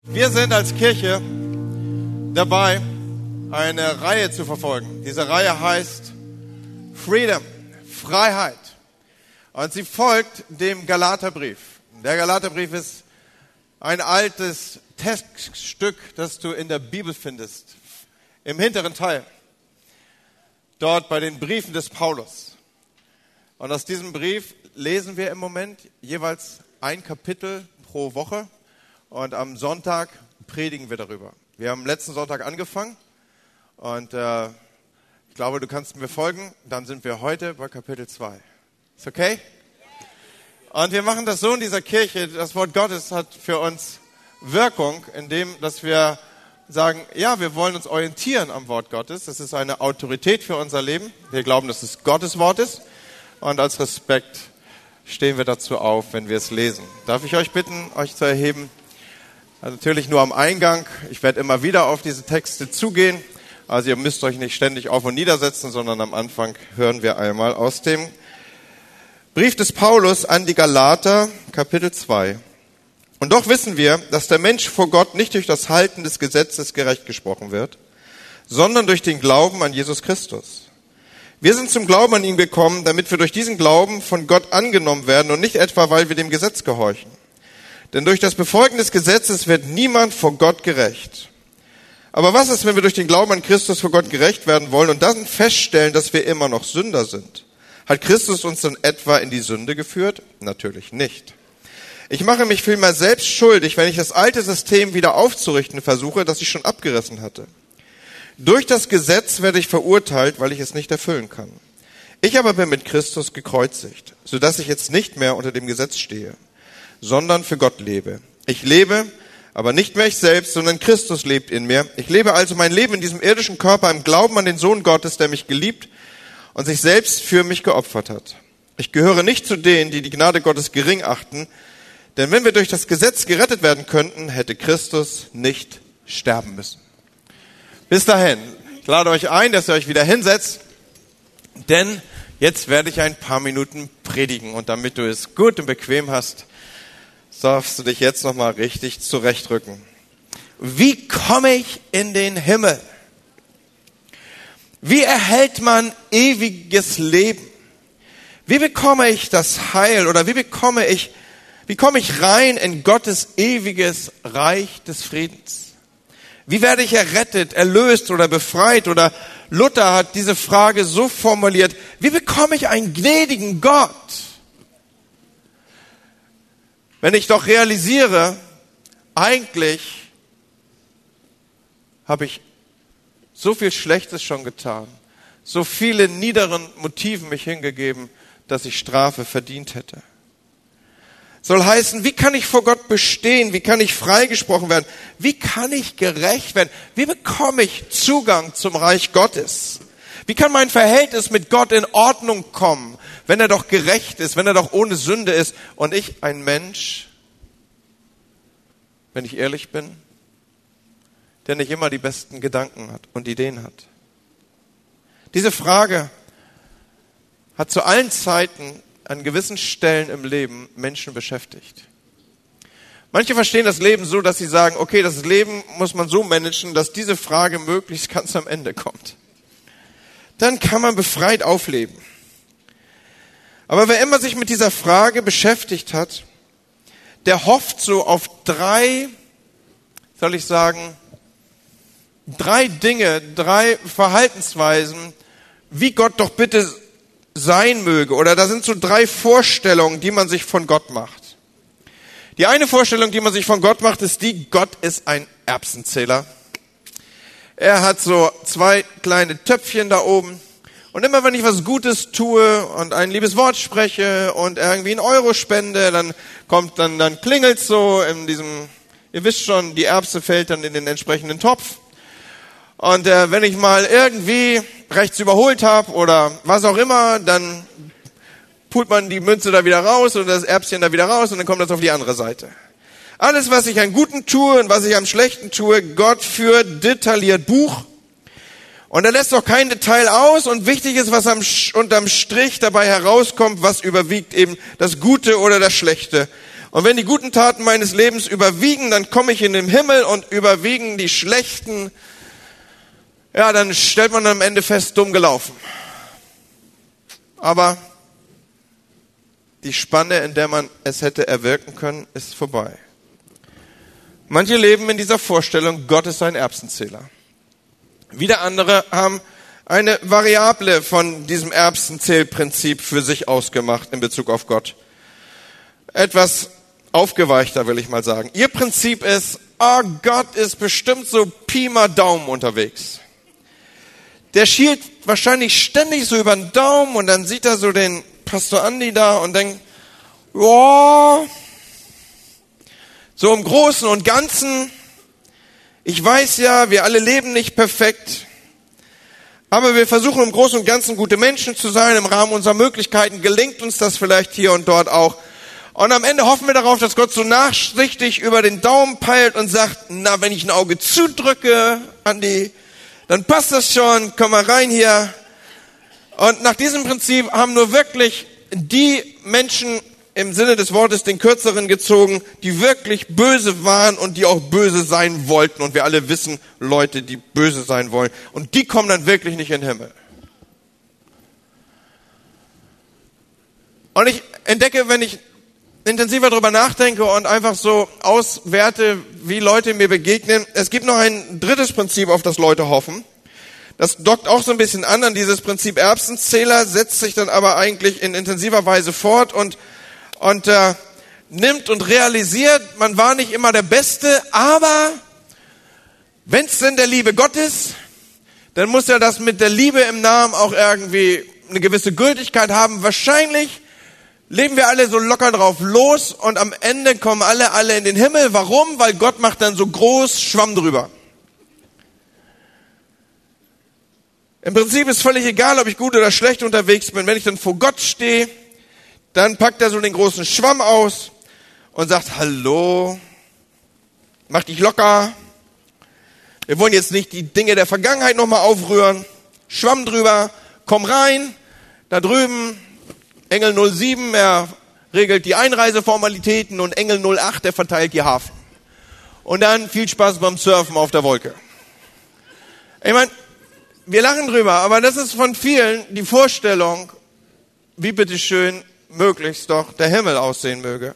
Wir sind als Kirche dabei, eine Reihe zu verfolgen. Diese Reihe heißt Freedom, Freiheit. Und sie folgt dem Galaterbrief. Der Galaterbrief ist ein altes Textstück, das du in der Bibel findest, im hinteren Teil. Dort bei den Briefen des Paulus. Und aus diesem Brief lesen wir im Moment jeweils ein Kapitel pro Woche. Und am Sonntag predigen wir darüber. Wir haben letzten Sonntag angefangen und ich glaube, du kannst mir folgen. Dann sind wir heute bei Kapitel 2. Ist okay? Und wir machen das so in dieser Kirche. Das Wort Gottes hat für uns Wirkung, indem dass wir sagen, ja, wir wollen uns orientieren am Wort Gottes. Das ist eine Autorität für unser Leben. Wir glauben, dass es Gottes Wort ist. Und als Respekt stehen wir dazu auf, wenn wir es lesen. Darf ich euch bitten, euch zu erheben? Also natürlich nur am Eingang. Ich werde immer wieder auf diese Texte zugehen. Also ihr müsst euch nicht ständig auf- und niedersetzen, sondern am Anfang hören wir einmal aus dem Brief des Paulus an die Galater, Kapitel 2. Und doch wissen wir, dass der Mensch vor Gott nicht durch das Halten des Gesetzes gerecht gesprochen wird, sondern durch den Glauben an Jesus Christus. Wir sind zum Glauben an ihn gekommen, damit wir durch diesen Glauben von Gott angenommen werden und nicht etwa, weil wir dem Gesetz gehorchen. Denn durch das Befolgen des Gesetzes wird niemand vor Gott gerecht. Aber was ist, wenn wir durch den Glauben an Christus vor Gott gerecht werden wollen und dann feststellen, dass wir immer noch Sünder sind? Hat Christus uns dann etwa in die Sünde geführt? Natürlich nicht. Ich mache mich vielmehr selbst schuldig, wenn ich das alte System wieder aufzurichten versuche, das ich schon abgerissen hatte. Durch das Gesetz werde ich verurteilt, weil ich es nicht erfüllen kann. Ich aber bin mit Christus gekreuzigt, sodass ich jetzt nicht mehr unter dem Gesetz stehe, sondern für Gott lebe. Ich lebe, aber nicht mehr ich selbst, sondern Christus lebt in mir. Ich lebe also mein Leben in diesem irdischen Körper im Glauben an den Sohn Gottes, der mich geliebt und sich selbst für mich geopfert hat. Ich gehöre nicht zu denen, die die Gnade Gottes gering achten, denn wenn wir durch das Gesetz gerettet werden könnten, hätte Christus nicht sterben müssen. Bis dahin, ich lade euch ein, dass ihr euch wieder hinsetzt, denn jetzt werde ich ein paar Minuten predigen und damit du es gut und bequem hast, darfst du dich jetzt nochmal richtig zurechtrücken. Wie komme ich in den Himmel? Wie erhält man ewiges Leben? Wie bekomme ich das Heil oder wie komme ich rein in Gottes ewiges Reich des Friedens? Wie werde ich errettet, erlöst oder befreit? Oder Luther hat diese Frage so formuliert, wie bekomme ich einen gnädigen Gott? Wenn ich doch realisiere, eigentlich habe ich so viel Schlechtes schon getan, so viele niederen Motiven mich hingegeben, dass ich Strafe verdient hätte. Soll heißen, wie kann ich vor Gott bestehen? Wie kann ich freigesprochen werden? Wie kann ich gerecht werden? Wie bekomme ich Zugang zum Reich Gottes? Wie kann mein Verhältnis mit Gott in Ordnung kommen, wenn er doch gerecht ist, wenn er doch ohne Sünde ist und ich ein Mensch, wenn ich ehrlich bin, der nicht immer die besten Gedanken hat und Ideen hat? Diese Frage hat zu allen Zeiten an gewissen Stellen im Leben Menschen beschäftigt. Manche verstehen das Leben so, dass sie sagen, okay, das Leben muss man so managen, dass diese Frage möglichst ganz am Ende kommt. Dann kann man befreit aufleben. Aber wer immer sich mit dieser Frage beschäftigt hat, der hofft so auf drei Dinge, drei Verhaltensweisen, wie Gott doch bitte sein möge. Oder da sind so drei Vorstellungen, die man sich von Gott macht. Die eine Vorstellung, die man sich von Gott macht, ist die, Gott ist ein Erbsenzähler. Er hat so 2 kleine Töpfchen da oben. Und immer wenn ich was Gutes tue und ein liebes Wort spreche und irgendwie einen Euro spende, dann klingelt's so in diesem, ihr wisst schon, die Erbse fällt dann in den entsprechenden Topf. Und wenn ich mal irgendwie rechts überholt habe oder was auch immer, dann pult man die Münze da wieder raus oder das Erbschen da wieder raus und dann kommt das auf die andere Seite. Alles, was ich an Guten tue und was ich am Schlechten tue, Gott führt detailliert Buch. Und er lässt auch kein Detail aus und wichtig ist, was unterm Strich dabei herauskommt, was überwiegt eben das Gute oder das Schlechte. Und wenn die guten Taten meines Lebens überwiegen, dann komme ich in den Himmel und überwiegen die schlechten. Ja, dann stellt man am Ende fest, dumm gelaufen. Aber die Spanne, in der man es hätte erwirken können, ist vorbei. Manche leben in dieser Vorstellung, Gott ist ein Erbsenzähler. Wieder andere haben eine Variable von diesem Erbsenzählprinzip für sich ausgemacht in Bezug auf Gott. Etwas aufgeweichter, will ich mal sagen. Ihr Prinzip ist, oh, Gott ist bestimmt so Pi mal Daumen unterwegs. Der schielt wahrscheinlich ständig so über den Daumen und dann sieht er so den Pastor Andi da und denkt, ja, so im Großen und Ganzen, ich weiß ja, wir alle leben nicht perfekt, aber wir versuchen im Großen und Ganzen gute Menschen zu sein. Im Rahmen unserer Möglichkeiten gelingt uns das vielleicht hier und dort auch. Und am Ende hoffen wir darauf, dass Gott so nachsichtig über den Daumen peilt und sagt, na, wenn ich ein Auge zudrücke, Andi, dann passt das schon, komm mal rein hier. Und nach diesem Prinzip haben nur wirklich die Menschen im Sinne des Wortes den Kürzeren gezogen, die wirklich böse waren und die auch böse sein wollten. Und wir alle wissen, Leute, die böse sein wollen. Und die kommen dann wirklich nicht in den Himmel. Und ich entdecke, wenn ich intensiver darüber nachdenke und einfach so auswerte, wie Leute mir begegnen, es gibt noch ein drittes Prinzip, auf das Leute hoffen. Das dockt auch so ein bisschen an dieses Prinzip Erbsenzähler, setzt sich dann aber eigentlich in intensiver Weise fort und nimmt und realisiert, man war nicht immer der Beste, aber wenn es denn der liebe Gott ist, dann muss ja das mit der Liebe im Namen auch irgendwie eine gewisse Gültigkeit haben. Wahrscheinlich leben wir alle so locker drauf los und am Ende kommen alle in den Himmel. Warum? Weil Gott macht dann so groß Schwamm drüber. Im Prinzip ist völlig egal, ob ich gut oder schlecht unterwegs bin. Wenn ich dann vor Gott stehe, dann packt er so den großen Schwamm aus und sagt, hallo, mach dich locker. Wir wollen jetzt nicht die Dinge der Vergangenheit nochmal aufrühren. Schwamm drüber, komm rein, da drüben, Engel 07, er regelt die Einreiseformalitäten und Engel 08, der verteilt die Hafen. Und dann viel Spaß beim Surfen auf der Wolke. Ich meine, wir lachen drüber, aber das ist von vielen die Vorstellung, wie bitteschön möglichst doch der Himmel aussehen möge.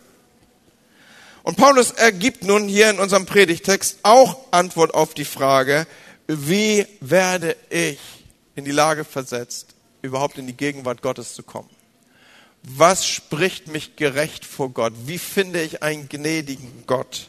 Und Paulus ergibt nun hier in unserem Predigtext auch Antwort auf die Frage, wie werde ich in die Lage versetzt, überhaupt in die Gegenwart Gottes zu kommen? Was spricht mich gerecht vor Gott? Wie finde ich einen gnädigen Gott?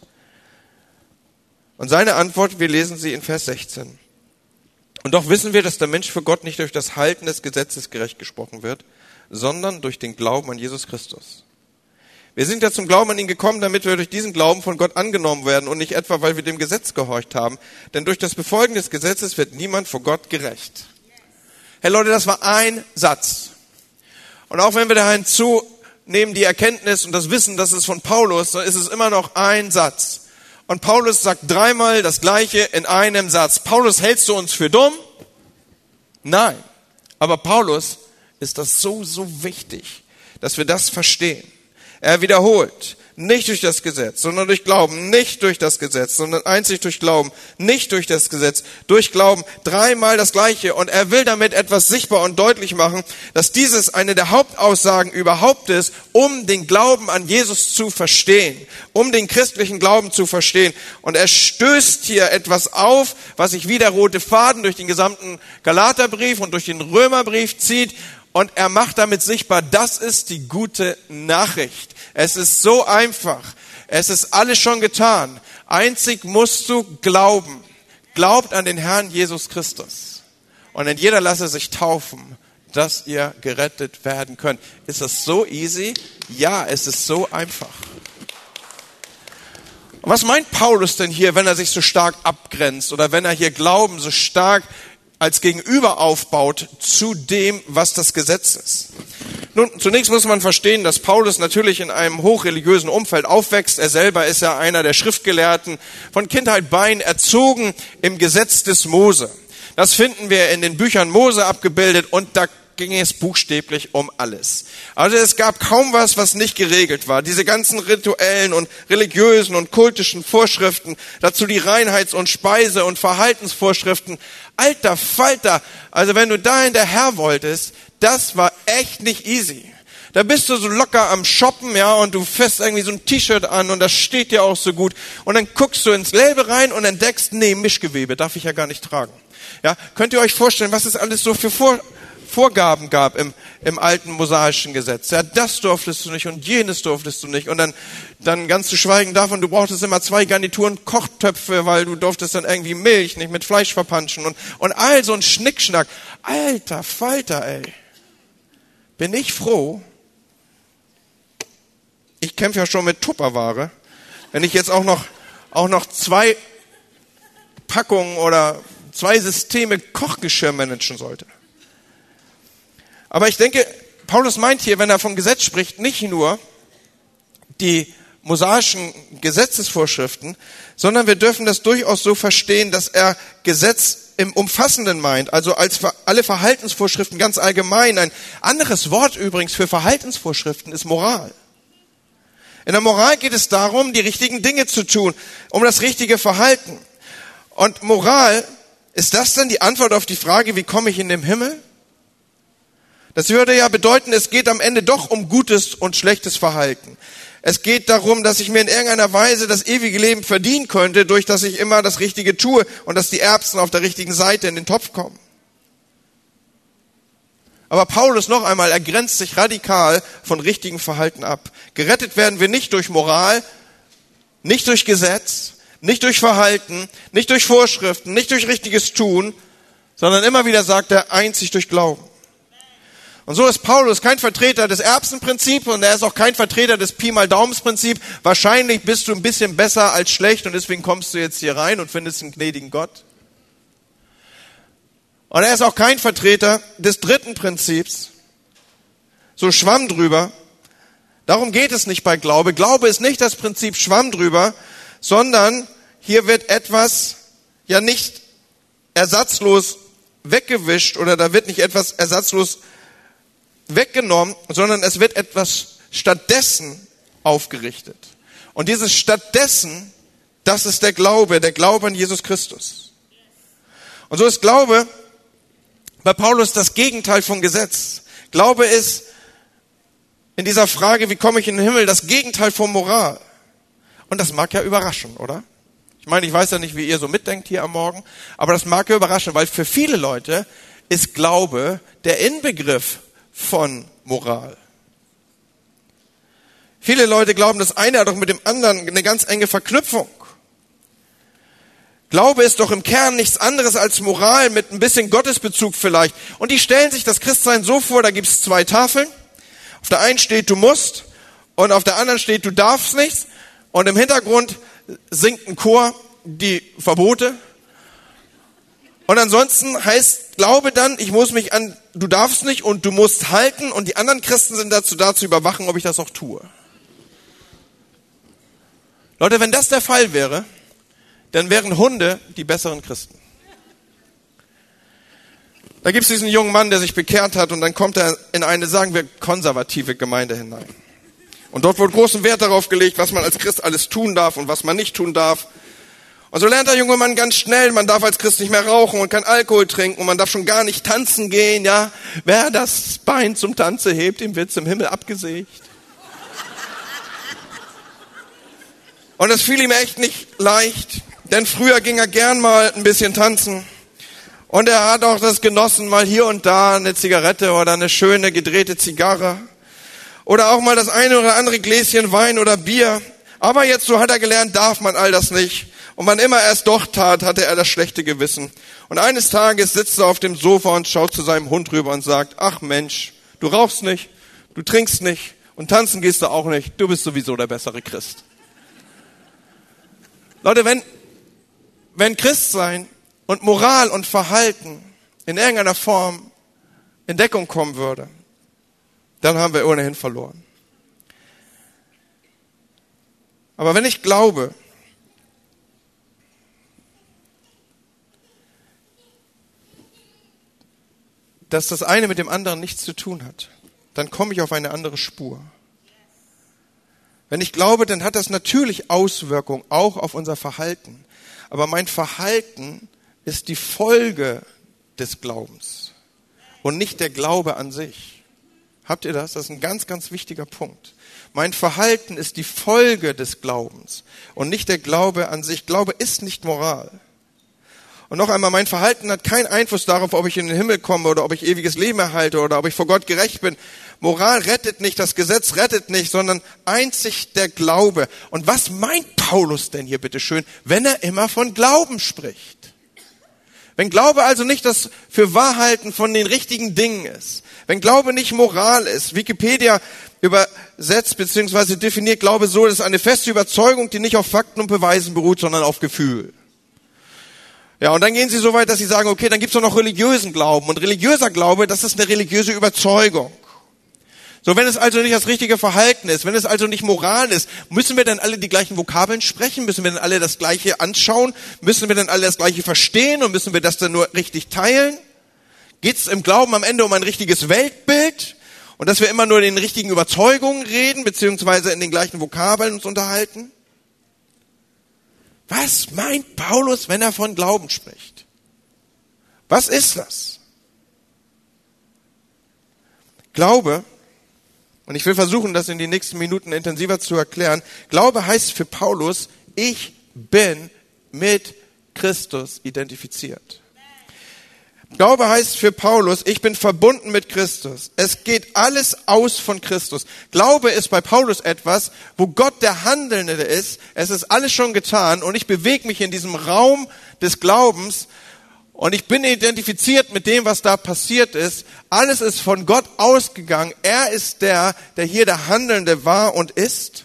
Und seine Antwort, wir lesen sie in Vers 16. Und doch wissen wir, dass der Mensch für Gott nicht durch das Halten des Gesetzes gerecht gesprochen wird, sondern durch den Glauben an Jesus Christus. Wir sind ja zum Glauben an ihn gekommen, damit wir durch diesen Glauben von Gott angenommen werden und nicht etwa, weil wir dem Gesetz gehorcht haben. Denn durch das Befolgen des Gesetzes wird niemand vor Gott gerecht. Hey Leute, das war ein Satz. Und auch wenn wir da hinzunehmen die Erkenntnis und das Wissen, das ist von Paulus, dann ist es immer noch ein Satz. Und Paulus sagt dreimal das Gleiche in einem Satz. Paulus, hältst du uns für dumm? Nein. Aber Paulus ist das so wichtig, dass wir das verstehen. Er wiederholt, nicht durch das Gesetz, sondern durch Glauben, nicht durch das Gesetz, sondern einzig durch Glauben, nicht durch das Gesetz, durch Glauben, dreimal das Gleiche. Und er will damit etwas sichtbar und deutlich machen, dass dieses eine der Hauptaussagen überhaupt ist, um den Glauben an Jesus zu verstehen, um den christlichen Glauben zu verstehen. Und er stößt hier etwas auf, was sich wie der rote Faden durch den gesamten Galaterbrief und durch den Römerbrief zieht. Und er macht damit sichtbar, das ist die gute Nachricht. Es ist so einfach. Es ist alles schon getan. Einzig musst du glauben. Glaubt an den Herrn Jesus Christus. Und in jeder lasse sich taufen, dass ihr gerettet werden könnt. Ist das so easy? Ja, es ist so einfach. Und was meint Paulus denn hier, wenn er sich so stark abgrenzt oder wenn er hier Glauben so stark als Gegenüber aufbaut zu dem, was das Gesetz ist? Nun, zunächst muss man verstehen, dass Paulus natürlich in einem hochreligiösen Umfeld aufwächst. Er selber ist ja einer der Schriftgelehrten, von Kindheit bein erzogen im Gesetz des Mose. Das finden wir in den Büchern Mose abgebildet und da ging es buchstäblich um alles. Also es gab kaum was nicht geregelt war. Diese ganzen rituellen und religiösen und kultischen Vorschriften, dazu die Reinheits- und Speise- und Verhaltensvorschriften. Alter Falter, also wenn du da hinterher wolltest, das war echt nicht easy. Da bist du so locker am Shoppen, ja, und du fährst irgendwie so ein T-Shirt an und das steht dir auch so gut. Und dann guckst du ins Label rein und entdeckst, nee, Mischgewebe darf ich ja gar nicht tragen. Ja, könnt ihr euch vorstellen, was es alles so für Vorgaben gab im alten mosaischen Gesetz? Ja, das durftest du nicht und jenes durftest du nicht. Und dann ganz zu schweigen davon, du brauchtest immer 2 Garnituren Kochtöpfe, weil du durftest dann irgendwie Milch nicht mit Fleisch verpanschen und all so ein Schnickschnack. Alter Falter, ey. Bin ich froh. Ich kämpfe ja schon mit Tupperware. Wenn ich jetzt auch noch 2 Packungen oder 2 Systeme Kochgeschirr managen sollte. Aber ich denke, Paulus meint hier, wenn er vom Gesetz spricht, nicht nur die mosaischen Gesetzesvorschriften, sondern wir dürfen das durchaus so verstehen, dass er Gesetz im Umfassenden meint, also als alle Verhaltensvorschriften ganz allgemein. Ein anderes Wort übrigens für Verhaltensvorschriften ist Moral. In der Moral geht es darum, die richtigen Dinge zu tun, um das richtige Verhalten. Und Moral, ist das dann die Antwort auf die Frage, wie komme ich in den Himmel? Das würde ja bedeuten, es geht am Ende doch um gutes und schlechtes Verhalten. Es geht darum, dass ich mir in irgendeiner Weise das ewige Leben verdienen könnte, durch das ich immer das Richtige tue und dass die Erbsen auf der richtigen Seite in den Topf kommen. Aber Paulus noch einmal, er grenzt sich radikal von richtigem Verhalten ab. Gerettet werden wir nicht durch Moral, nicht durch Gesetz, nicht durch Verhalten, nicht durch Vorschriften, nicht durch richtiges Tun, sondern immer wieder sagt er, einzig durch Glauben. Und so ist Paulus kein Vertreter des Erbsenprinzips und er ist auch kein Vertreter des Pi mal Daumensprinzips. Wahrscheinlich bist du ein bisschen besser als schlecht und deswegen kommst du jetzt hier rein und findest einen gnädigen Gott. Und er ist auch kein Vertreter des dritten Prinzips, so Schwamm drüber. Darum geht es nicht bei Glaube. Glaube ist nicht das Prinzip Schwamm drüber, sondern hier wird etwas ja nicht ersatzlos weggewischt oder da wird nicht etwas ersatzlos weggenommen, sondern es wird etwas stattdessen aufgerichtet. Und dieses stattdessen, das ist der Glaube an Jesus Christus. Und so ist Glaube bei Paulus das Gegenteil von Gesetz. Glaube ist in dieser Frage, wie komme ich in den Himmel, das Gegenteil von Moral. Und das mag ja überraschen, oder? Ich meine, ich weiß ja nicht, wie ihr so mitdenkt hier am Morgen, aber das mag ja überraschen, weil für viele Leute ist Glaube der Inbegriff von Moral. Viele Leute glauben, das eine hat doch mit dem anderen eine ganz enge Verknüpfung. Glaube ist doch im Kern nichts anderes als Moral mit ein bisschen Gottesbezug vielleicht. Und die stellen sich das Christsein so vor, da gibt es 2 Tafeln. Auf der einen steht, du musst und auf der anderen steht, du darfst nichts. Und im Hintergrund singt ein Chor die Verbote. Und ansonsten heißt Glaube dann, ich muss mich an, du darfst nicht und du musst halten und die anderen Christen sind dazu da, zu überwachen, ob ich das auch tue. Leute, wenn das der Fall wäre, dann wären Hunde die besseren Christen. Da gibt es diesen jungen Mann, der sich bekehrt hat und dann kommt er in eine, sagen wir, konservative Gemeinde hinein. Und dort wird großen Wert darauf gelegt, was man als Christ alles tun darf und was man nicht tun darf. Und so lernt der junge Mann ganz schnell, man darf als Christ nicht mehr rauchen und kein Alkohol trinken und man darf schon gar nicht tanzen gehen, ja. Wer das Bein zum Tanze hebt, dem wird's im Himmel abgesägt. Und es fiel ihm echt nicht leicht, denn früher ging er gern mal ein bisschen tanzen. Und er hat auch das genossen, mal hier und da eine Zigarette oder eine schöne gedrehte Zigarre. Oder auch mal das eine oder andere Gläschen Wein oder Bier. Aber jetzt, so hat er gelernt, darf man all das nicht. Und wann immer er es doch tat, hatte er das schlechte Gewissen. Und eines Tages sitzt er auf dem Sofa und schaut zu seinem Hund rüber und sagt, ach Mensch, du rauchst nicht, du trinkst nicht und tanzen gehst du auch nicht. Du bist sowieso der bessere Christ. Leute, wenn Christsein und Moral und Verhalten in irgendeiner Form in Deckung kommen würde, dann haben wir ohnehin verloren. Aber wenn ich glaube, dass das eine mit dem anderen nichts zu tun hat, dann komme ich auf eine andere Spur. Wenn ich glaube, dann hat das natürlich Auswirkungen auch auf unser Verhalten. Aber mein Verhalten ist die Folge des Glaubens und nicht der Glaube an sich. Habt ihr das? Das ist ein ganz, ganz wichtiger Punkt. Mein Verhalten ist die Folge des Glaubens und nicht der Glaube an sich. Glaube ist nicht Moral. Und noch einmal, mein Verhalten hat keinen Einfluss darauf, ob ich in den Himmel komme oder ob ich ewiges Leben erhalte oder ob ich vor Gott gerecht bin. Moral rettet nicht, das Gesetz rettet nicht, sondern einzig der Glaube. Und was meint Paulus denn hier bitteschön, wenn er immer von Glauben spricht? Wenn Glaube also nicht das Fürwahrhalten von den richtigen Dingen ist, wenn Glaube nicht Moral ist, Wikipedia übersetzt bzw. definiert Glaube so, das ist eine feste Überzeugung, die nicht auf Fakten und Beweisen beruht, sondern auf Gefühl. Ja, und dann gehen sie so weit, dass sie sagen, okay, dann gibt's doch noch religiösen Glauben. Und religiöser Glaube, das ist eine religiöse Überzeugung. So, wenn es also nicht das richtige Verhalten ist, wenn es also nicht Moral ist, müssen wir dann alle die gleichen Vokabeln sprechen? Müssen wir dann alle das Gleiche anschauen? Müssen wir dann alle das Gleiche verstehen? Und müssen wir das dann nur richtig teilen? Geht's im Glauben am Ende um ein richtiges Weltbild? Und dass wir immer nur in den richtigen Überzeugungen reden, beziehungsweise in den gleichen Vokabeln uns unterhalten? Was meint Paulus, wenn er von Glauben spricht? Was ist das? Glaube, und ich will versuchen, das in den nächsten Minuten intensiver zu erklären. Glaube heißt für Paulus, ich bin mit Christus identifiziert. Glaube heißt für Paulus, ich bin verbunden mit Christus. Es geht alles aus von Christus. Glaube ist bei Paulus etwas, wo Gott der Handelnde ist. Es ist alles schon getan und ich bewege mich in diesem Raum des Glaubens und ich bin identifiziert mit dem, was da passiert ist. Alles ist von Gott ausgegangen. Er ist der hier der Handelnde war und ist.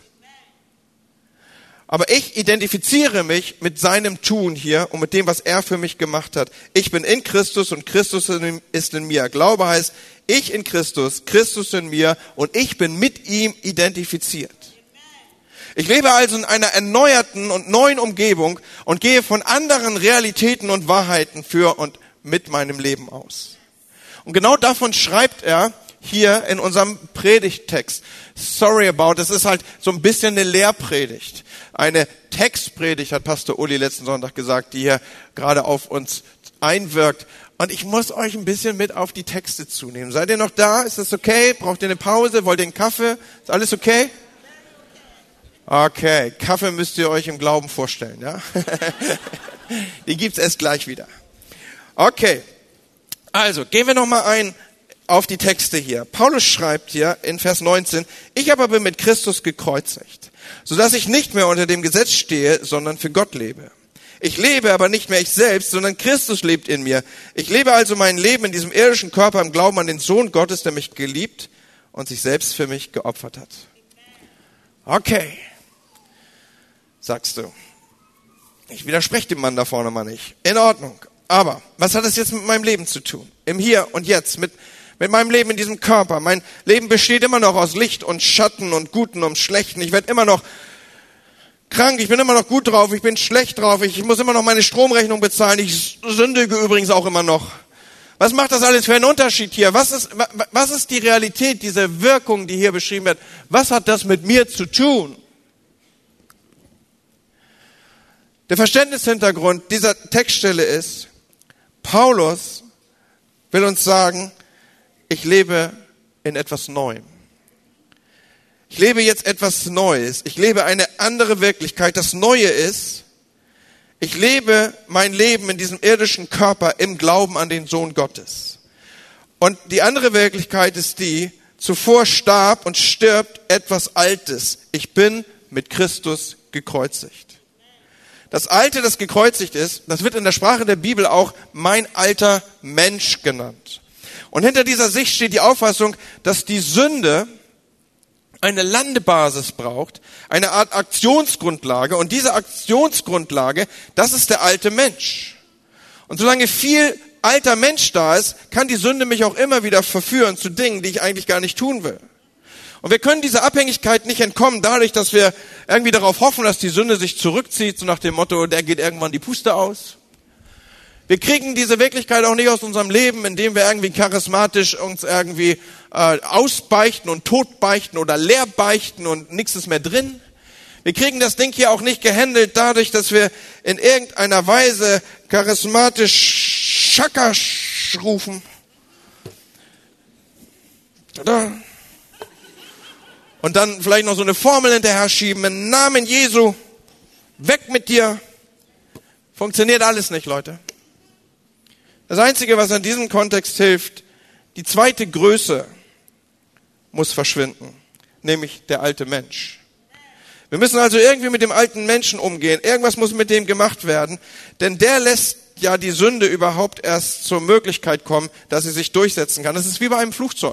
Aber ich identifiziere mich mit seinem Tun hier und mit dem, was er für mich gemacht hat. Ich bin in Christus und Christus ist in mir. Glaube heißt, ich in Christus, Christus in mir und ich bin mit ihm identifiziert. Ich lebe also in einer erneuerten und neuen Umgebung und gehe von anderen Realitäten und Wahrheiten für und mit meinem Leben aus. Und genau davon schreibt er hier in unserem Predigttext. Sorry about, das ist halt so ein bisschen eine Lehrpredigt. Eine Textpredigt, hat Pastor Uli letzten Sonntag gesagt, die hier gerade auf uns einwirkt. Und ich muss euch ein bisschen mit auf die Texte zunehmen. Seid ihr noch da? Ist das okay? Braucht ihr eine Pause? Wollt ihr einen Kaffee? Ist alles okay? Okay, Kaffee müsst ihr euch im Glauben vorstellen, ja? Die gibt's erst gleich wieder. Okay, also gehen wir nochmal ein auf die Texte hier. Paulus schreibt hier in Vers 19, ich aber bin mit Christus gekreuzigt, sodass ich nicht mehr unter dem Gesetz stehe, sondern für Gott lebe. Ich lebe aber nicht mehr ich selbst, sondern Christus lebt in mir. Ich lebe also mein Leben in diesem irdischen Körper im Glauben an den Sohn Gottes, der mich geliebt und sich selbst für mich geopfert hat. Okay, sagst du. Ich widerspreche dem Mann da vorne mal nicht. In Ordnung. Aber was hat das jetzt mit meinem Leben zu tun? Im Hier und Jetzt, mit meinem Leben in diesem Körper. Mein Leben besteht immer noch aus Licht und Schatten und Guten und Schlechten. Ich werde immer noch krank, ich bin immer noch gut drauf, ich bin schlecht drauf, ich muss immer noch meine Stromrechnung bezahlen, ich sündige übrigens auch immer noch. Was macht das alles für einen Unterschied hier? Was ist die Realität, diese Wirkung, die hier beschrieben wird? Was hat das mit mir zu tun? Der Verständnishintergrund dieser Textstelle ist, Paulus will uns sagen, ich lebe in etwas Neuem. Ich lebe jetzt etwas Neues. Ich lebe eine andere Wirklichkeit. Das Neue ist, ich lebe mein Leben in diesem irdischen Körper im Glauben an den Sohn Gottes. Und die andere Wirklichkeit ist die, zuvor starb und stirbt etwas Altes. Ich bin mit Christus gekreuzigt. Das Alte, das gekreuzigt ist, das wird in der Sprache der Bibel auch mein alter Mensch genannt. Und hinter dieser Sicht steht die Auffassung, dass die Sünde eine Landebasis braucht, eine Art Aktionsgrundlage. Und diese Aktionsgrundlage, das ist der alte Mensch. Und solange viel alter Mensch da ist, kann die Sünde mich auch immer wieder verführen zu Dingen, die ich eigentlich gar nicht tun will. Und wir können dieser Abhängigkeit nicht entkommen, dadurch, dass wir irgendwie darauf hoffen, dass die Sünde sich zurückzieht, so nach dem Motto, der geht irgendwann die Puste aus. Wir kriegen diese Wirklichkeit auch nicht aus unserem Leben, indem wir irgendwie charismatisch uns irgendwie ausbeichten und totbeichten oder leer beichten und nichts ist mehr drin. Wir kriegen das Ding hier auch nicht gehandelt dadurch, dass wir in irgendeiner Weise charismatisch Schakasch rufen. Oder? Und dann vielleicht noch so eine Formel hinterher schieben, im Namen Jesu, weg mit dir. Funktioniert alles nicht, Leute. Das Einzige, was in diesem Kontext hilft, die zweite Größe muss verschwinden, nämlich der alte Mensch. Wir müssen also irgendwie mit dem alten Menschen umgehen. Irgendwas muss mit dem gemacht werden, denn der lässt ja die Sünde überhaupt erst zur Möglichkeit kommen, dass sie sich durchsetzen kann. Das ist wie bei einem Flugzeug.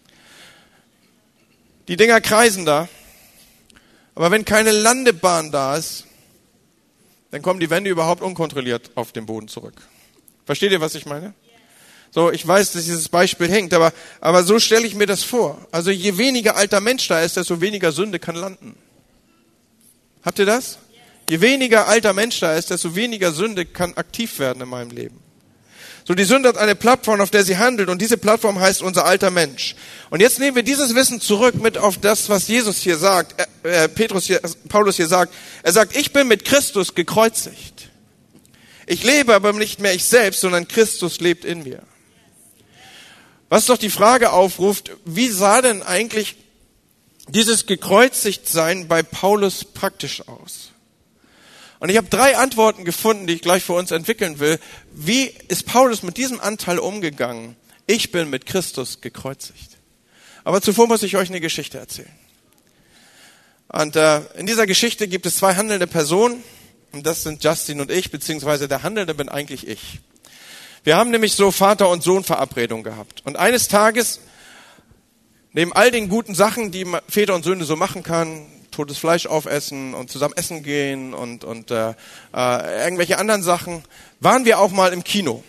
Die Dinger kreisen da, aber wenn keine Landebahn da ist, dann kommen die Wände überhaupt unkontrolliert auf den Boden zurück. Versteht ihr, was ich meine? So, ich weiß, dass dieses Beispiel hinkt, aber so stelle ich mir das vor. Also je weniger alter Mensch da ist, desto weniger Sünde kann landen. Habt ihr das? Je weniger alter Mensch da ist, desto weniger Sünde kann aktiv werden in meinem Leben. So, die Sünde hat eine Plattform, auf der sie handelt, und diese Plattform heißt unser alter Mensch. Und jetzt nehmen wir dieses Wissen zurück mit auf das, was Jesus hier sagt, Paulus hier sagt. Er sagt, ich bin mit Christus gekreuzigt. Ich lebe aber nicht mehr ich selbst, sondern Christus lebt in mir. Was doch die Frage aufruft, wie sah denn eigentlich dieses Gekreuzigtsein bei Paulus praktisch aus? Und ich habe 3 Antworten gefunden, die ich gleich für uns entwickeln will. Wie ist Paulus mit diesem Anteil umgegangen? Ich bin mit Christus gekreuzigt. Aber zuvor muss ich euch eine Geschichte erzählen. Und in dieser Geschichte gibt es 2 handelnde Personen. Und das sind Justin und ich, beziehungsweise der Handelnde bin eigentlich ich. Wir haben nämlich so Vater- und Sohn-Verabredung gehabt. Und eines Tages, neben all den guten Sachen, die Väter und Söhne so machen kann, totes Fleisch aufessen und zusammen essen gehen und irgendwelche anderen Sachen, waren wir auch mal im Kino.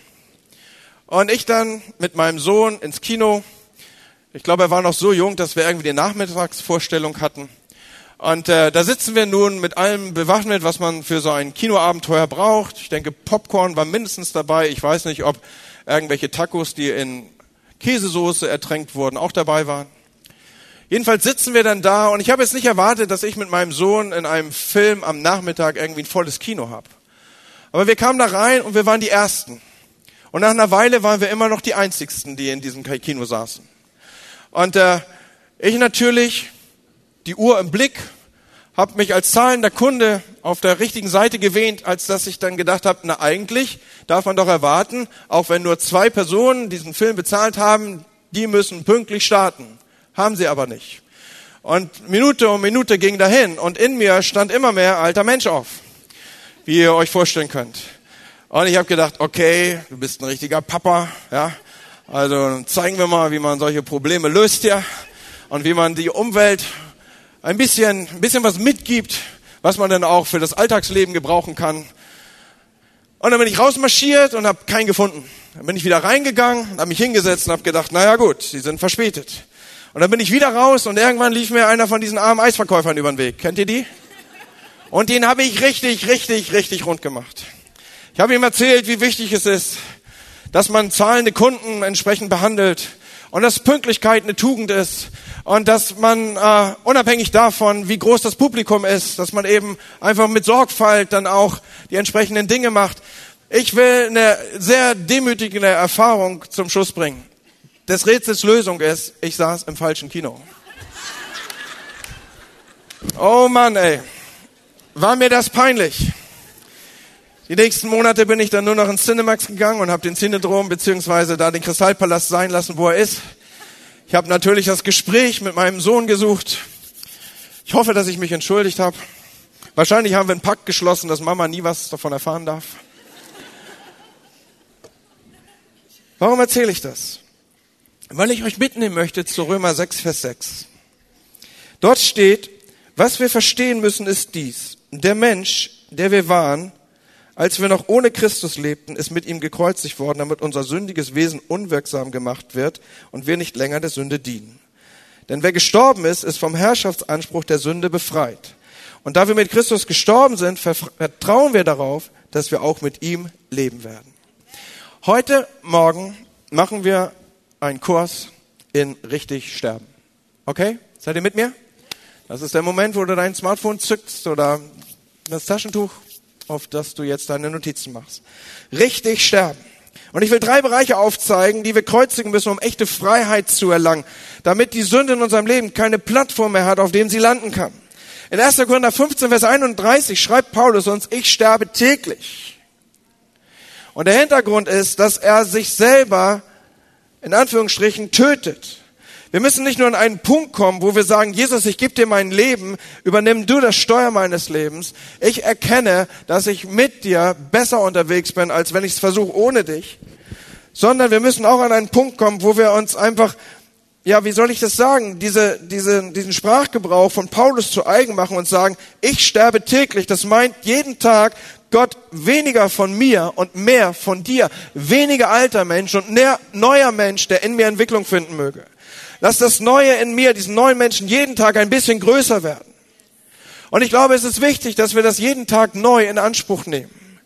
Und ich dann mit meinem Sohn ins Kino. Ich glaube, er war noch so jung, dass wir irgendwie die Nachmittagsvorstellung hatten. Und da sitzen wir nun mit allem bewaffnet, was man für so ein Kinoabenteuer braucht. Ich denke, Popcorn war mindestens dabei. Ich weiß nicht, ob irgendwelche Tacos, die in Käsesoße ertränkt wurden, auch dabei waren. Jedenfalls sitzen wir dann da und ich habe jetzt nicht erwartet, dass ich mit meinem Sohn in einem Film am Nachmittag irgendwie ein volles Kino habe. Aber wir kamen da rein und wir waren die Ersten. Und nach einer Weile waren wir immer noch die Einzigsten, die in diesem Kino saßen. Und ich natürlich, die Uhr im Blick, habe mich als zahlender Kunde auf der richtigen Seite gewähnt, als dass ich dann gedacht habe, na eigentlich darf man doch erwarten, auch wenn nur 2 Personen diesen Film bezahlt haben, die müssen pünktlich starten. Haben sie aber nicht. Und Minute um Minute ging dahin und in mir stand immer mehr alter Mensch auf, wie ihr euch vorstellen könnt. Und ich habe gedacht, okay, du bist ein richtiger Papa, ja. Also zeigen wir mal, wie man solche Probleme löst hier und wie man die Umwelt ein bisschen was mitgibt, was man dann auch für das Alltagsleben gebrauchen kann. Und dann bin ich rausmarschiert und habe keinen gefunden. Dann bin ich wieder reingegangen, habe mich hingesetzt und habe gedacht, naja gut, sie sind verspätet. Und dann bin ich wieder raus und irgendwann lief mir einer von diesen armen Eisverkäufern über den Weg. Kennt ihr die? Und den habe ich richtig rund gemacht. Ich habe ihm erzählt, wie wichtig es ist, dass man zahlende Kunden entsprechend behandelt und dass Pünktlichkeit eine Tugend ist und dass man unabhängig davon, wie groß das Publikum ist, dass man eben einfach mit Sorgfalt dann auch die entsprechenden Dinge macht. Ich will eine sehr demütigende Erfahrung zum Schluss bringen. Des Rätsels Lösung ist, ich saß im falschen Kino. Oh Mann, ey. War mir das peinlich. Die nächsten Monate bin ich dann nur noch ins Cinemax gegangen und habe den Cinedrom beziehungsweise da den Kristallpalast sein lassen, wo er ist. Ich habe natürlich das Gespräch mit meinem Sohn gesucht. Ich hoffe, dass ich mich entschuldigt habe. Wahrscheinlich haben wir einen Pakt geschlossen, dass Mama nie was davon erfahren darf. Warum erzähle ich das? Weil ich euch mitnehmen möchte zu Römer 6, Vers 6. Dort steht, was wir verstehen müssen, ist dies. Der Mensch, der wir waren, als wir noch ohne Christus lebten, ist mit ihm gekreuzigt worden, damit unser sündiges Wesen unwirksam gemacht wird und wir nicht länger der Sünde dienen. Denn wer gestorben ist, ist vom Herrschaftsanspruch der Sünde befreit. Und da wir mit Christus gestorben sind, vertrauen wir darauf, dass wir auch mit ihm leben werden. Heute Morgen machen wir einen Kurs in richtig sterben. Okay? Seid ihr mit mir? Das ist der Moment, wo du dein Smartphone zückst oder das Taschentuch, auf das du jetzt deine Notizen machst. Richtig sterben. Und ich will 3 Bereiche aufzeigen, die wir kreuzigen müssen, um echte Freiheit zu erlangen, damit die Sünde in unserem Leben keine Plattform mehr hat, auf dem sie landen kann. In 1. Korinther 15, Vers 31 schreibt Paulus uns, ich sterbe täglich. Und der Hintergrund ist, dass er sich selber, in Anführungsstrichen, tötet. Wir müssen nicht nur an einen Punkt kommen, wo wir sagen, Jesus, ich gebe dir mein Leben, übernimm du das Steuer meines Lebens. Ich erkenne, dass ich mit dir besser unterwegs bin, als wenn ich es versuche ohne dich. Sondern wir müssen auch an einen Punkt kommen, wo wir uns einfach, ja, wie soll ich das sagen, diesen Sprachgebrauch von Paulus zu eigen machen und sagen, ich sterbe täglich. Das meint jeden Tag, Gott, weniger von mir und mehr von dir. Weniger alter Mensch und neuer Mensch, der in mir Entwicklung finden möge. Lass das Neue in mir, diesen neuen Menschen, jeden Tag ein bisschen größer werden. Und ich glaube, es ist wichtig, dass wir das jeden Tag neu in Anspruch nehmen.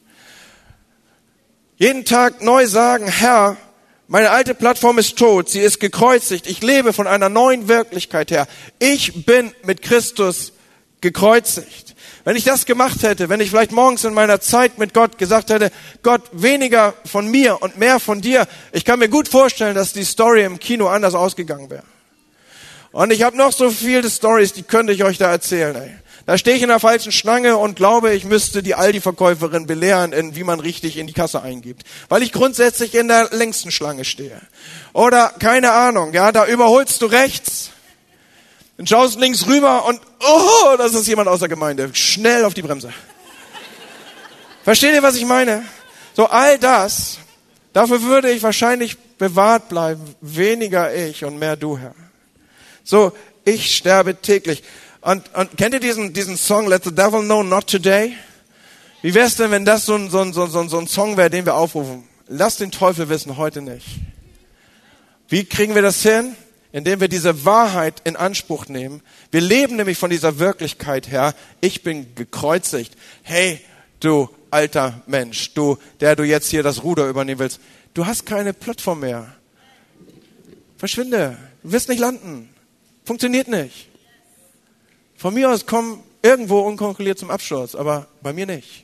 Jeden Tag neu sagen, Herr, meine alte Plattform ist tot, sie ist gekreuzigt. Ich lebe von einer neuen Wirklichkeit her. Ich bin mit Christus gekreuzigt. Wenn ich das gemacht hätte, wenn ich vielleicht morgens in meiner Zeit mit Gott gesagt hätte, Gott, weniger von mir und mehr von dir, ich kann mir gut vorstellen, dass die Story im Kino anders ausgegangen wäre. Und ich habe noch so viele Stories, die könnte ich euch da erzählen. Ey. Da stehe ich in der falschen Schlange und glaube, ich müsste die Aldi-Verkäuferin belehren, wie man richtig in die Kasse eingibt. Weil ich grundsätzlich in der längsten Schlange stehe. Oder, keine Ahnung, ja, da überholst du rechts. Dann schaust links rüber und, oh, das ist jemand aus der Gemeinde. Schnell auf die Bremse. Versteht ihr, was ich meine? So, all das, dafür würde ich wahrscheinlich bewahrt bleiben. Weniger ich und mehr du, Herr. So, ich sterbe täglich. Und kennt ihr diesen Song, Let the Devil Know Not Today? Wie wär's denn, wenn das so ein Song wäre, den wir aufrufen? Lass den Teufel wissen, heute nicht. Wie kriegen wir das hin? Indem wir diese Wahrheit in Anspruch nehmen. Wir leben nämlich von dieser Wirklichkeit her. Ich bin gekreuzigt. Hey, du alter Mensch, du, der du jetzt hier das Ruder übernehmen willst. Du hast keine Plattform mehr. Verschwinde. Du wirst nicht landen. Funktioniert nicht. Von mir aus komm irgendwo unkontrolliert zum Absturz, aber bei mir nicht.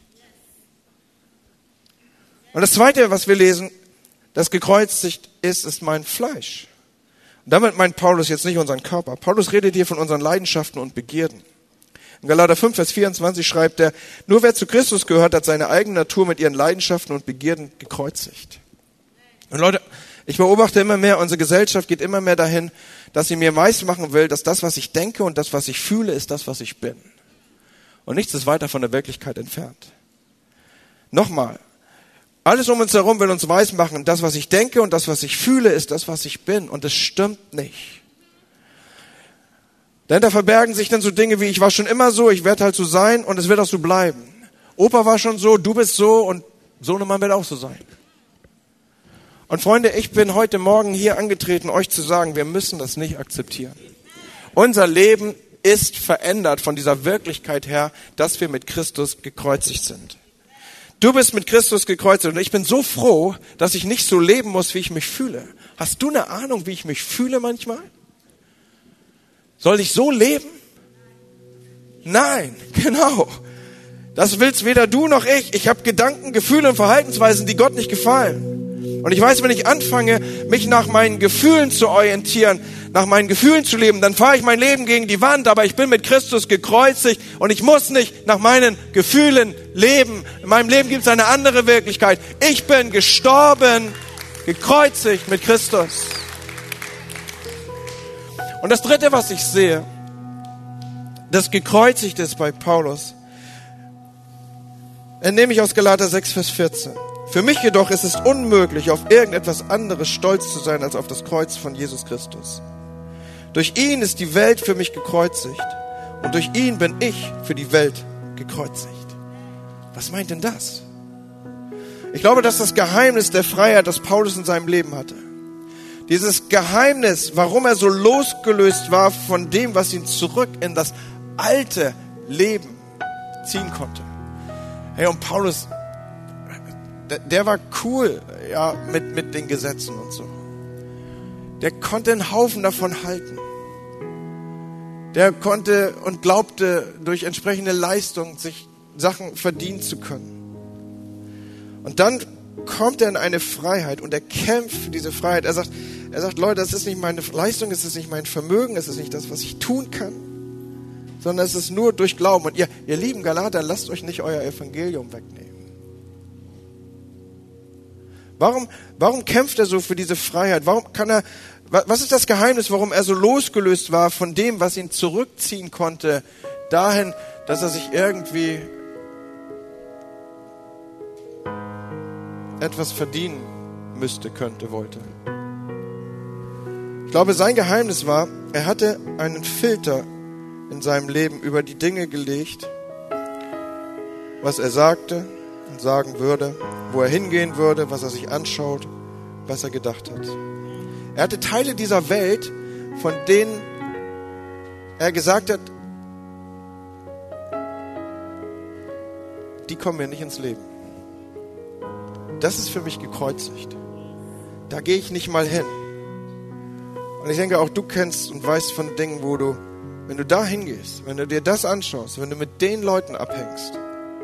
Und das Zweite, was wir lesen, das gekreuzigt ist mein Fleisch. Und damit meint Paulus jetzt nicht unseren Körper. Paulus redet hier von unseren Leidenschaften und Begierden. In Galater 5, Vers 24 schreibt er, nur wer zu Christus gehört, hat seine eigene Natur mit ihren Leidenschaften und Begierden gekreuzigt. Und Leute, ich beobachte immer mehr, unsere Gesellschaft geht immer mehr dahin, dass sie mir weismachen will, dass das, was ich denke und das, was ich fühle, ist das, was ich bin. Und nichts ist weiter von der Wirklichkeit entfernt. Nochmal. Alles um uns herum will uns weismachen, das, was ich denke und das, was ich fühle, ist das, was ich bin. Und es stimmt nicht. Denn da verbergen sich dann so Dinge wie, ich war schon immer so, ich werde halt so sein und es wird auch so bleiben. Opa war schon so, du bist so und Sohnemann wird auch so sein. Und Freunde, ich bin heute Morgen hier angetreten, euch zu sagen, wir müssen das nicht akzeptieren. Unser Leben ist verändert von dieser Wirklichkeit her, dass wir mit Christus gekreuzigt sind. Du bist mit Christus gekreuzigt und ich bin so froh, dass ich nicht so leben muss, wie ich mich fühle. Hast du eine Ahnung, wie ich mich fühle manchmal? Soll ich so leben? Nein, genau. Das willst weder du noch ich. Ich habe Gedanken, Gefühle und Verhaltensweisen, die Gott nicht gefallen. Und ich weiß, wenn ich anfange, mich nach meinen Gefühlen zu orientieren, nach meinen Gefühlen zu leben, dann fahre ich mein Leben gegen die Wand, aber ich bin mit Christus gekreuzigt und ich muss nicht nach meinen Gefühlen leben. In meinem Leben gibt es eine andere Wirklichkeit. Ich bin gestorben, gekreuzigt mit Christus. Und das Dritte, was ich sehe, das gekreuzigt ist bei Paulus, entnehme ich aus Galater 6, Vers 14. Für mich jedoch ist es unmöglich, auf irgendetwas anderes stolz zu sein, als auf das Kreuz von Jesus Christus. Durch ihn ist die Welt für mich gekreuzigt und durch ihn bin ich für die Welt gekreuzigt. Was meint denn das? Ich glaube, das ist das Geheimnis der Freiheit, das Paulus in seinem Leben hatte. Dieses Geheimnis, warum er so losgelöst war von dem, was ihn zurück in das alte Leben ziehen konnte. Hey, und Paulus, der war cool, ja, mit den Gesetzen und so. Der konnte einen Haufen davon halten. Der konnte und glaubte, durch entsprechende Leistung sich Sachen verdienen zu können. Und dann kommt er in eine Freiheit und er kämpft für diese Freiheit. Er sagt, Leute, das ist nicht meine Leistung, es ist nicht mein Vermögen, es ist nicht das, was ich tun kann, sondern es ist nur durch Glauben. Und ihr lieben Galater, lasst euch nicht euer Evangelium wegnehmen. Warum kämpft er so für diese Freiheit? Was ist das Geheimnis, warum er so losgelöst war von dem, was ihn zurückziehen konnte, dahin, dass er sich irgendwie etwas verdienen wollte? Ich glaube, sein Geheimnis war, er hatte einen Filter in seinem Leben über die Dinge gelegt, was er sagte und sagen würde, wo er hingehen würde, was er sich anschaut, was er gedacht hat. Er hatte Teile dieser Welt, von denen er gesagt hat, die kommen mir nicht ins Leben. Das ist für mich gekreuzigt. Da gehe ich nicht mal hin. Und ich denke, auch du kennst und weißt von Dingen, wo du, wenn du da hingehst, wenn du dir das anschaust, wenn du mit den Leuten abhängst,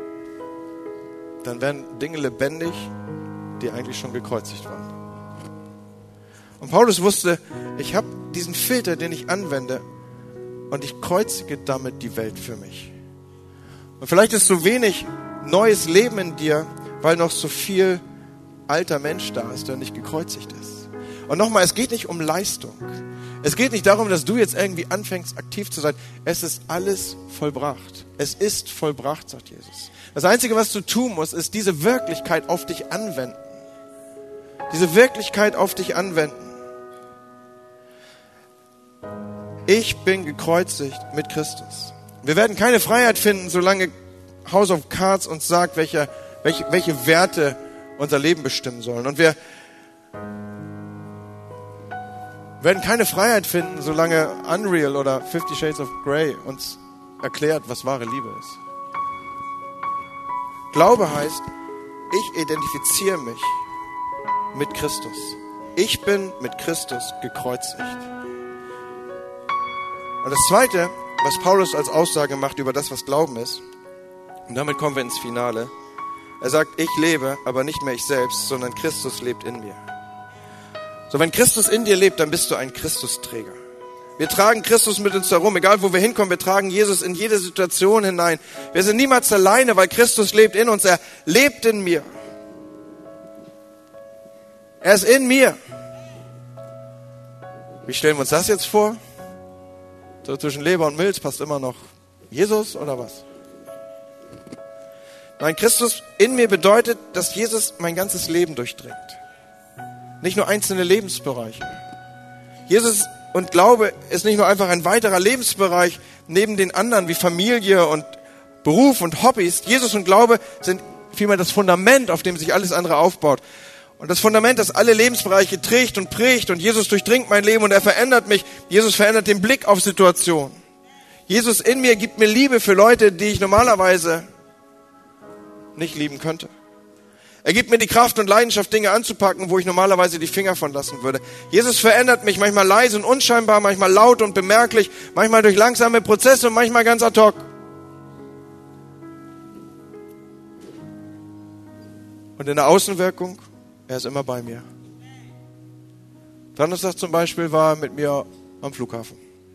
dann werden Dinge lebendig, die eigentlich schon gekreuzigt waren. Und Paulus wusste, ich habe diesen Filter, den ich anwende, und ich kreuzige damit die Welt für mich. Und vielleicht ist so wenig neues Leben in dir, weil noch so viel alter Mensch da ist, der nicht gekreuzigt ist. Und nochmal, es geht nicht um Leistung. Es geht nicht darum, dass du jetzt irgendwie anfängst, aktiv zu sein. Es ist alles vollbracht. Es ist vollbracht, sagt Jesus. Das Einzige, was du tun musst, ist diese Wirklichkeit auf dich anwenden. Diese Wirklichkeit auf dich anwenden. Ich bin gekreuzigt mit Christus. Wir werden keine Freiheit finden, solange House of Cards uns sagt, welche Werte unser Leben bestimmen sollen. Und wir werden keine Freiheit finden, solange Unreal oder 50 Shades of Grey uns erklärt, was wahre Liebe ist. Glaube heißt, ich identifiziere mich mit Christus. Ich bin mit Christus gekreuzigt. Und das Zweite, was Paulus als Aussage macht über das, was Glauben ist, und damit kommen wir ins Finale. Er sagt, ich lebe, aber nicht mehr ich selbst, sondern Christus lebt in mir. So, wenn Christus in dir lebt, dann bist du ein Christusträger. Wir tragen Christus mit uns herum, egal wo wir hinkommen, wir tragen Jesus in jede Situation hinein. Wir sind niemals alleine, weil Christus lebt in uns, er lebt in mir. Er ist in mir. Wie stellen wir uns das jetzt vor? So zwischen Leber und Milz passt immer noch Jesus oder was? Nein, Christus in mir bedeutet, dass Jesus mein ganzes Leben durchdringt. Nicht nur einzelne Lebensbereiche. Jesus und Glaube ist nicht nur einfach ein weiterer Lebensbereich neben den anderen wie Familie und Beruf und Hobbys. Jesus und Glaube sind vielmehr das Fundament, auf dem sich alles andere aufbaut. Und das Fundament, das alle Lebensbereiche trägt und prägt. Und Jesus durchdringt mein Leben und er verändert mich. Jesus verändert den Blick auf Situationen. Jesus in mir gibt mir Liebe für Leute, die ich normalerweise nicht lieben könnte. Er gibt mir die Kraft und Leidenschaft, Dinge anzupacken, wo ich normalerweise die Finger von lassen würde. Jesus verändert mich, manchmal leise und unscheinbar, manchmal laut und bemerklich, manchmal durch langsame Prozesse und manchmal ganz ad hoc. Und in der Außenwirkung, er ist immer bei mir. Donnerstag zum Beispiel war er mit mir am Flughafen.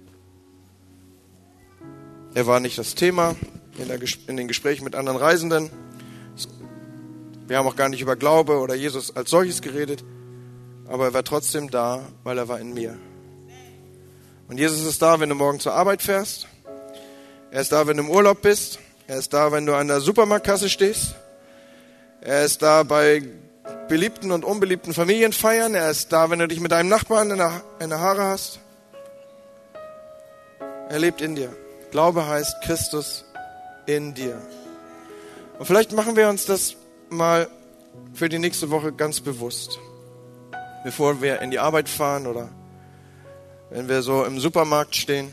Er war nicht das Thema in den Gesprächen mit anderen Reisenden. Wir haben auch gar nicht über Glaube oder Jesus als solches geredet, aber er war trotzdem da, weil er war in mir. Und Jesus ist da, wenn du morgen zur Arbeit fährst. Er ist da, wenn du im Urlaub bist. Er ist da, wenn du an der Supermarktkasse stehst. Er ist da bei beliebten und unbeliebten Familienfeiern. Er ist da, wenn du dich mit deinem Nachbarn in der Haare hast. Er lebt in dir. Glaube heißt Christus in dir. Und vielleicht machen wir uns das mal für die nächste Woche ganz bewusst. Bevor wir in die Arbeit fahren oder wenn wir so im Supermarkt stehen.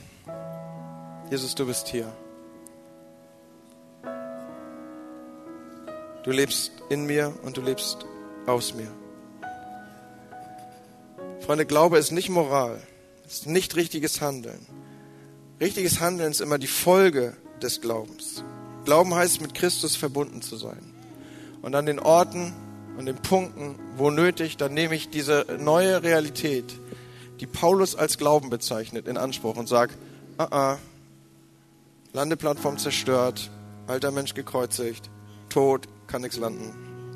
Jesus, du bist hier. Du lebst in mir und du lebst aus mir. Freunde, Glaube ist nicht Moral, ist nicht richtiges Handeln. Richtiges Handeln ist immer die Folge des Glaubens. Glauben heißt, mit Christus verbunden zu sein. Und an den Orten, an den Punkten, wo nötig, dann nehme ich diese neue Realität, die Paulus als Glauben bezeichnet, in Anspruch und sage, Landeplattform zerstört, alter Mensch gekreuzigt, tot, kann nichts landen.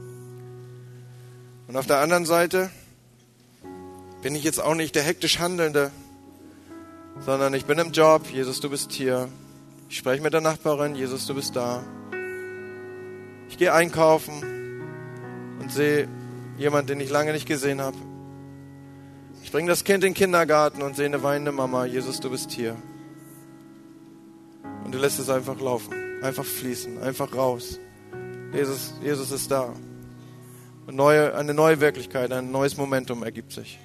Und auf der anderen Seite bin ich jetzt auch nicht der hektisch Handelnde, sondern ich bin im Job, Jesus, du bist hier. Ich spreche mit der Nachbarin, Jesus, du bist da. Ich gehe einkaufen und sehe jemanden, den ich lange nicht gesehen habe. Ich bringe das Kind in den Kindergarten und sehe eine weinende Mama, Jesus, du bist hier. Und du lässt es einfach laufen, einfach fließen, einfach raus. Jesus ist da. Und eine neue Wirklichkeit, ein neues Momentum ergibt sich.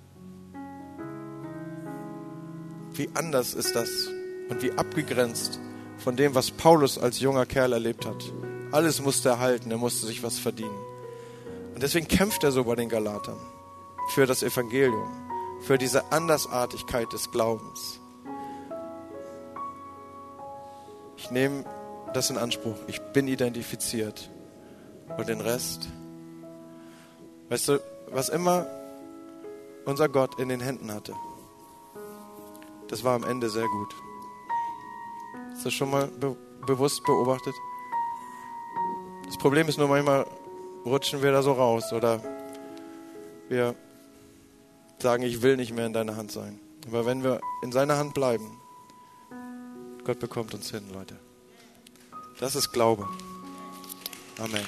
Wie anders ist das und wie abgegrenzt von dem, was Paulus als junger Kerl erlebt hat. Alles musste er halten, er musste sich was verdienen. Und deswegen kämpft er so bei den Galatern für das Evangelium, für diese Andersartigkeit des Glaubens. Ich nehme das in Anspruch. Ich bin identifiziert. Und den Rest, weißt du, was immer unser Gott in den Händen hatte, das war am Ende sehr gut. Hast du das schon mal bewusst beobachtet? Das Problem ist nur, manchmal rutschen wir da so raus oder wir sagen, ich will nicht mehr in deiner Hand sein. Aber wenn wir in seiner Hand bleiben, Gott bekommt uns hin, Leute. Das ist Glaube. Amen.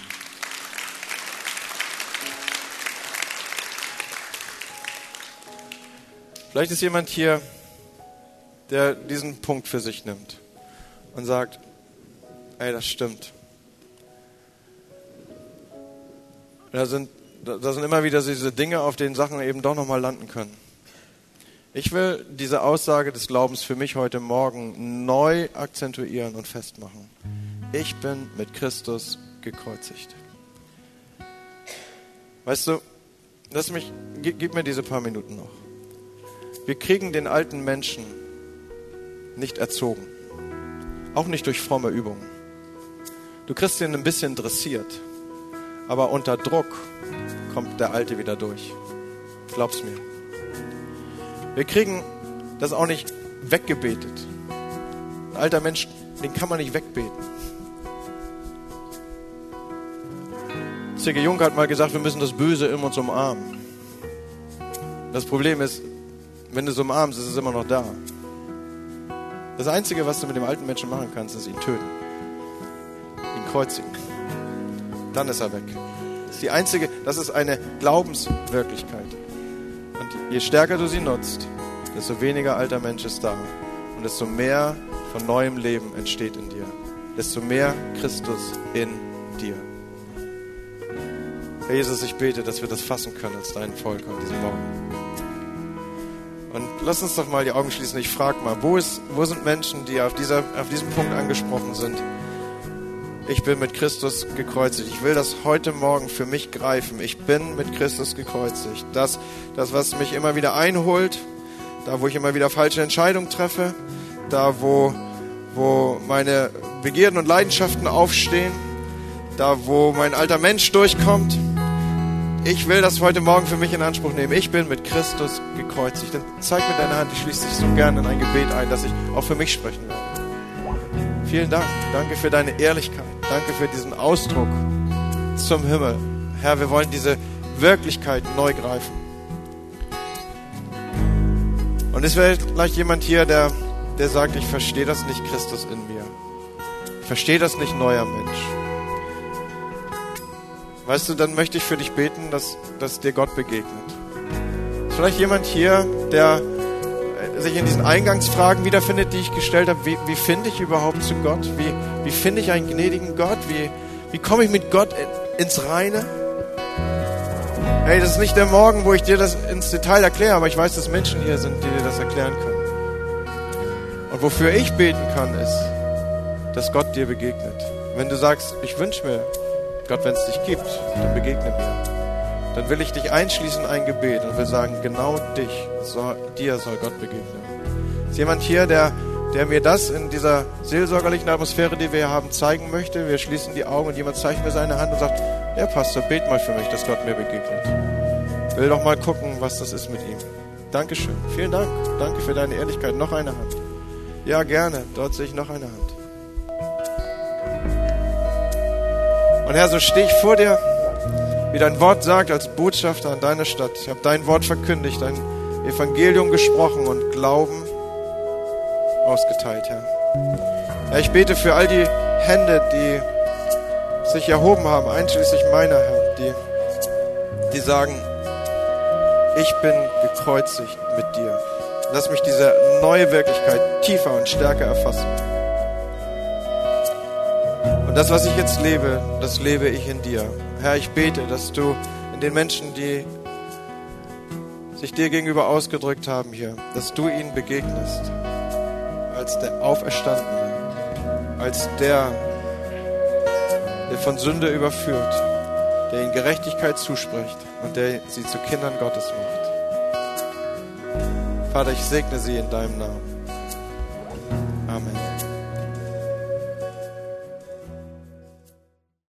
Vielleicht ist jemand hier, der diesen Punkt für sich nimmt und sagt, ey, das stimmt. Da sind immer wieder diese Dinge, auf denen Sachen eben doch nochmal landen können. Ich will diese Aussage des Glaubens für mich heute Morgen neu akzentuieren und festmachen. Ich bin mit Christus gekreuzigt. Weißt du, gib mir diese paar Minuten noch. Wir kriegen den alten Menschen nicht erzogen. Auch nicht durch fromme Übungen. Du kriegst ihn ein bisschen dressiert. Aber unter Druck kommt der Alte wieder durch. Glaub's mir. Wir kriegen das auch nicht weggebetet. Ein alter Mensch, den kann man nicht wegbeten. C.G. Jung hat mal gesagt, wir müssen das Böse in uns umarmen. Das Problem ist, wenn du es umarmst, ist es immer noch da. Das Einzige, was du mit dem alten Menschen machen kannst, ist ihn töten. Ihn kreuzigen. Dann ist er weg. Das ist eine Glaubenswirklichkeit. Und je stärker du sie nutzt, desto weniger alter Mensch ist da. Und desto mehr von neuem Leben entsteht in dir. Desto mehr Christus in dir. Herr Jesus, ich bete, dass wir das fassen können als dein Volk an diesem Morgen. Und lass uns doch mal die Augen schließen. Ich frage mal, wo sind Menschen, die auf diesem Punkt angesprochen sind? Ich bin mit Christus gekreuzigt. Ich will das heute Morgen für mich greifen. Ich bin mit Christus gekreuzigt. Das, was mich immer wieder einholt, da, wo ich immer wieder falsche Entscheidungen treffe, da, wo meine Begierden und Leidenschaften aufstehen, da, wo mein alter Mensch durchkommt. Ich will das heute Morgen für mich in Anspruch nehmen. Ich bin mit Christus gekreuzigt. Dann zeig mir deine Hand. Ich schließe dich so gerne in ein Gebet ein, dass ich auch für mich sprechen werde. Vielen Dank. Danke für deine Ehrlichkeit. Danke für diesen Ausdruck zum Himmel. Herr, wir wollen diese Wirklichkeit neu greifen. Und es wäre vielleicht jemand hier, der sagt, ich verstehe das nicht, Christus in mir. Ich verstehe das nicht, neuer Mensch. Weißt du, dann möchte ich für dich beten, dass dir Gott begegnet. Ist vielleicht jemand hier, der sich in diesen Eingangsfragen wiederfindet, die ich gestellt habe. Wie finde ich überhaupt zu Gott? Wie finde ich einen gnädigen Gott? Wie komme ich mit Gott ins Reine? Hey, das ist nicht der Morgen, wo ich dir das ins Detail erkläre, aber ich weiß, dass Menschen hier sind, die dir das erklären können. Und wofür ich beten kann, ist, dass Gott dir begegnet. Wenn du sagst, ich wünsche mir, Gott, wenn es dich gibt, dann begegne mir. Dann will ich dich einschließen in ein Gebet und will sagen, genau dir soll Gott begegnen. Ist jemand hier, der mir das in dieser seelsorgerlichen Atmosphäre, die wir hier haben, zeigen möchte? Wir schließen die Augen und jemand zeigt mir seine Hand und sagt, ja Pastor, bet mal für mich, dass Gott mir begegnet. Will doch mal gucken, was das ist mit ihm. Dankeschön. Vielen Dank. Danke für deine Ehrlichkeit. Noch eine Hand. Ja, gerne. Dort sehe ich noch eine Hand. Und Herr, so stehe ich vor dir, wie dein Wort sagt, als Botschafter an deiner Stadt. Ich habe dein Wort verkündigt, dein Evangelium gesprochen und Glauben ausgeteilt, Herr. Herr, ich bete für all die Hände, die sich erhoben haben, einschließlich meiner, Herr, die sagen, ich bin gekreuzigt mit dir. Lass mich diese neue Wirklichkeit tiefer und stärker erfassen. Und das, was ich jetzt lebe, das lebe ich in dir. Herr, ich bete, dass du in den Menschen, die sich dir gegenüber ausgedrückt haben hier, dass du ihnen begegnest. Als der Auferstandene, als der von Sünde überführt, der ihnen Gerechtigkeit zuspricht und der sie zu Kindern Gottes macht. Vater, ich segne sie in deinem Namen. Amen.